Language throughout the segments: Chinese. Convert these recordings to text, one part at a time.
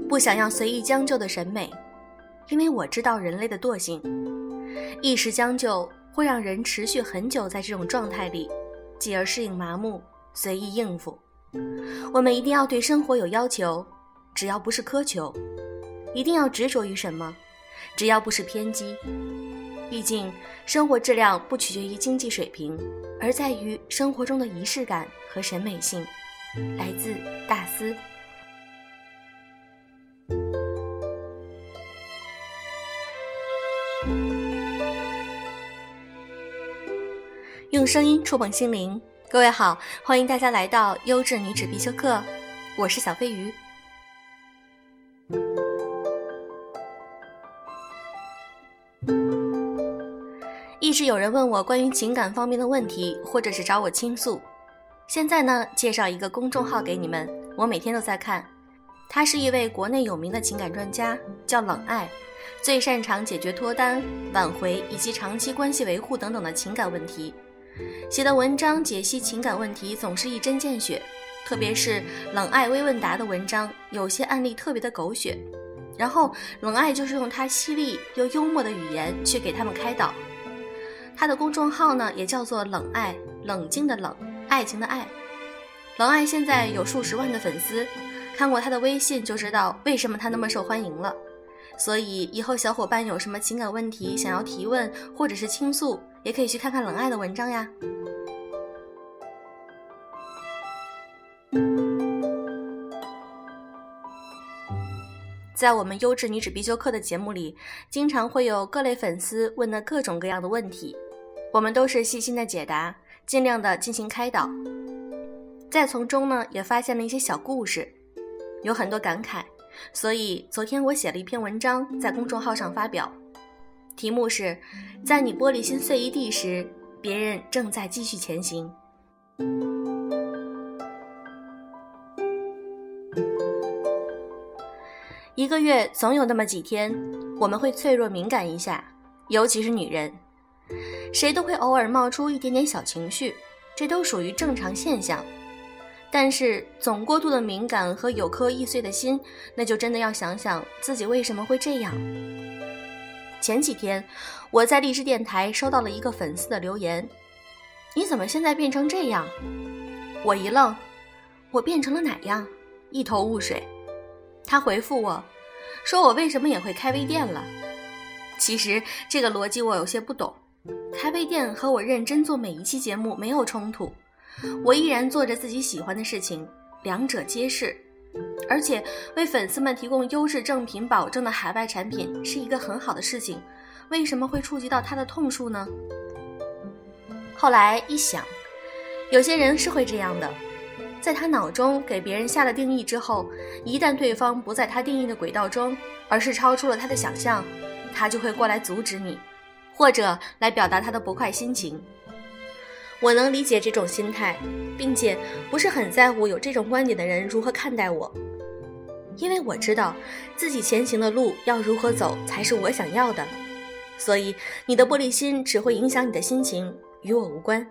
不想要随意将就的审美，因为我知道人类的惰性，一时将就会让人持续很久在这种状态里，继而适应麻木，随意应付。我们一定要对生活有要求，只要不是苛求；一定要执着于什么，只要不是偏激。毕竟生活质量不取决于经济水平，而在于生活中的仪式感和审美性。来自大思。用声音触碰心灵，各位好，欢迎大家来到优质女子必修课，我是小飞鱼。一直有人问我关于情感方面的问题，或者是找我倾诉。现在呢，介绍一个公众号给你们，我每天都在看。他是一位国内有名的情感专家，叫冷爱，最擅长解决脱单、挽回以及长期关系维护等等的情感问题。写的文章解析情感问题总是一针见血，特别是冷爱微问答的文章，有些案例特别的狗血。然后冷爱就是用他犀利又幽默的语言去给他们开导。他的公众号呢也叫做冷爱，冷静的冷，爱情的爱。冷爱现在有数十万的粉丝，看过他的微信就知道为什么他那么受欢迎了。所以以后小伙伴有什么情感问题想要提问或者是倾诉，也可以去看看冷爱的文章呀。在我们优质女子必修课的节目里，经常会有各类粉丝问的各种各样的问题，我们都是细心的解答，尽量的进行开导。在从中呢，也发现了一些小故事，有很多感慨，所以昨天我写了一篇文章在公众号上发表，题目是在你玻璃心碎一地时，别人正在继续前行。一个月总有那么几天，我们会脆弱敏感一下，尤其是女人，谁都会偶尔冒出一点点小情绪，这都属于正常现象。但是总过度的敏感和有颗易碎的心，那就真的要想想自己为什么会这样。前几天我在荔枝电台收到了一个粉丝的留言，你怎么现在变成这样？我一愣，我变成了哪样？一头雾水。他回复我说我为什么也会开微店了。其实这个逻辑我有些不懂，开微店和我认真做每一期节目没有冲突，我依然做着自己喜欢的事情，两者皆是。而且为粉丝们提供优质正品保证的海外产品是一个很好的事情，为什么会触及到他的痛处呢？后来一想，有些人是会这样的，在他脑中给别人下了定义之后，一旦对方不在他定义的轨道中，而是超出了他的想象，他就会过来阻止你，或者来表达他的不快心情。我能理解这种心态，并且不是很在乎有这种观点的人如何看待我，因为我知道自己前行的路要如何走才是我想要的，所以你的玻璃心只会影响你的心情，与我无关。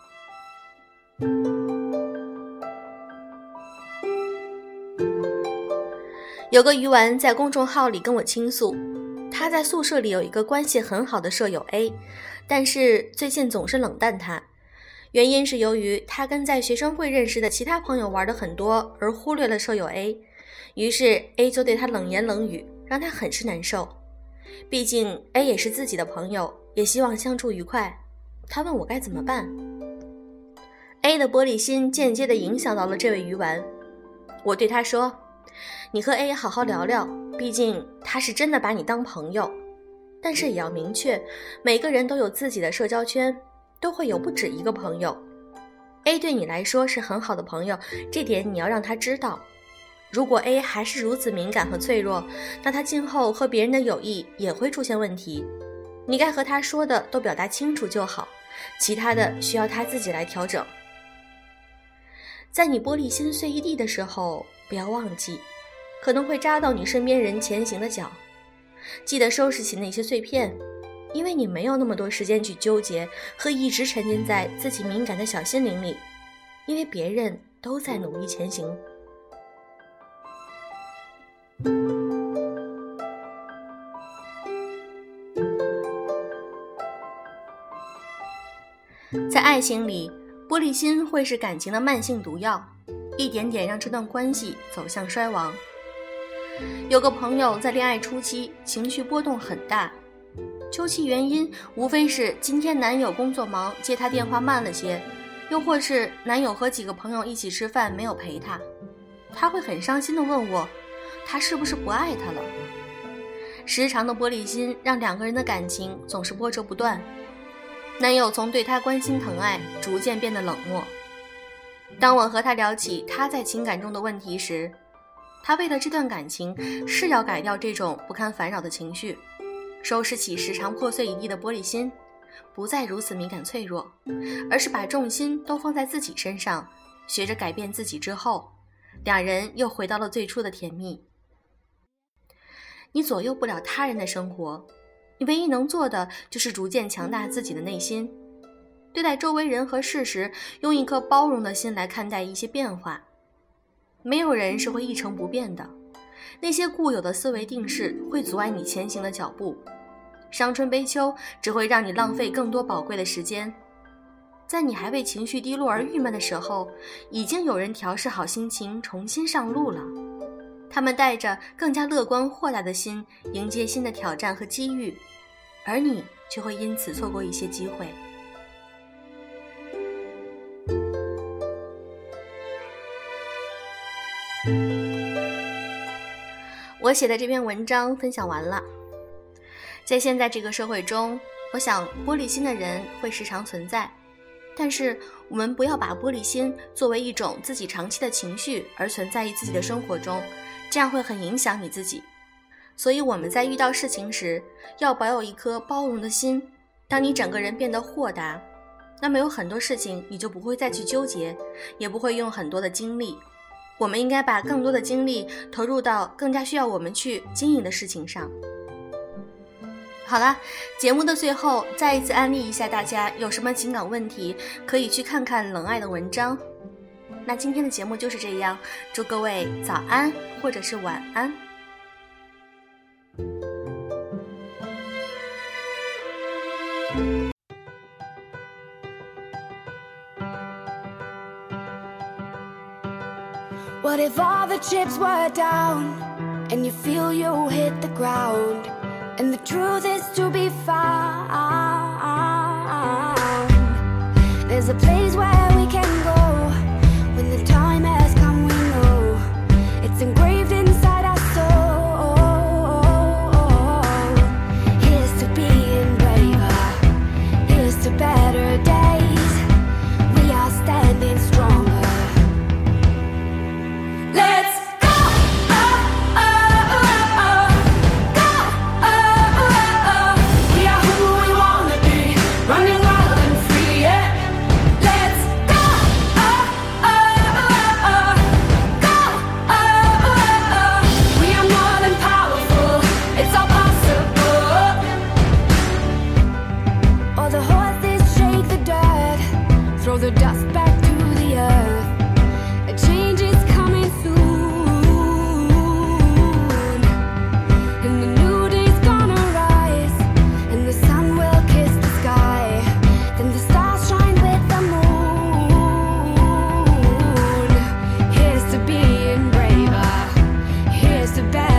有个鱼丸在公众号里跟我倾诉，他在宿舍里有一个关系很好的舍友 A， 但是最近总是冷淡他，原因是由于他跟在学生会认识的其他朋友玩得很多，而忽略了舍友 A， 于是 A 就对他冷言冷语，让他很是难受。毕竟 A 也是自己的朋友，也希望相处愉快，他问我该怎么办。 A 的玻璃心间接地影响到了这位鱼丸，我对他说，你和 A 好好聊聊，毕竟他是真的把你当朋友，但是也要明确，每个人都有自己的社交圈，都会有不止一个朋友。 A 对你来说是很好的朋友，这点你要让他知道。如果 A 还是如此敏感和脆弱，那他今后和别人的友谊也会出现问题。你该和他说的都表达清楚就好，其他的需要他自己来调整。在你玻璃心碎一地的时候，不要忘记，可能会扎到你身边人前行的脚。记得收拾起那些碎片，因为你没有那么多时间去纠结和一直沉浸在自己敏感的小心灵里，因为别人都在努力前行。 在爱情里，玻璃心会是感情的慢性毒药，一点点让这段关系走向衰亡。有个朋友在恋爱初期情绪波动很大，究其原因，无非是今天男友工作忙，接他电话慢了些，又或是男友和几个朋友一起吃饭没有陪她。她会很伤心地问我，他是不是不爱她了？时常的玻璃心让两个人的感情总是波折不断，男友从对她关心疼爱逐渐变得冷漠。当我和他聊起他在情感中的问题时，他为了这段感情是要改掉这种不堪烦扰的情绪，收拾起时常破碎一地的玻璃心，不再如此敏感脆弱，而是把重心都放在自己身上，学着改变自己之后，两人又回到了最初的甜蜜。你左右不了他人的生活，你唯一能做的就是逐渐强大自己的内心，对待周围人和事时，用一颗包容的心来看待一些变化。没有人是会一成不变的，那些固有的思维定式会阻碍你前行的脚步，伤春悲秋只会让你浪费更多宝贵的时间。在你还为情绪低落而郁闷的时候，已经有人调试好心情重新上路了，他们带着更加乐观豁达的心迎接新的挑战和机遇，而你却会因此错过一些机会。我写的这篇文章分享完了。在现在这个社会中，我想玻璃心的人会时常存在，但是我们不要把玻璃心作为一种自己长期的情绪而存在于自己的生活中，这样会很影响你自己。所以我们在遇到事情时，要保有一颗包容的心。当你整个人变得豁达，那么有很多事情你就不会再去纠结，也不会用很多的精力。我们应该把更多的精力投入到更加需要我们去经营的事情上。好啦，节目的最后再一次安利一下大家，有什么情感问题可以去看看冷爱的文章。那今天的节目就是这样，祝各位早安或者是晚安。 What if all the chips were down and you feel you hit the ground and the truth is to be found? There's a place where we can go when the time has come, we know it's engraved inside our soul. Here's to being braver, here's to better days. We are standing stronger. Let's go, oh, oh, oh, oh. Go, oh, oh, oh. We are who we wanna be, running wild and free, yeah. Let's go, oh, oh, oh, oh. Go, oh, oh, oh. We are more than powerful, it's all possible. All the horses shake the dirt, throw the dust back to the earth. A change is coming soon, and a new day's gonna rise, and the sun will kiss the sky, then the stars shine with the moon. Here's to being braver, here's to better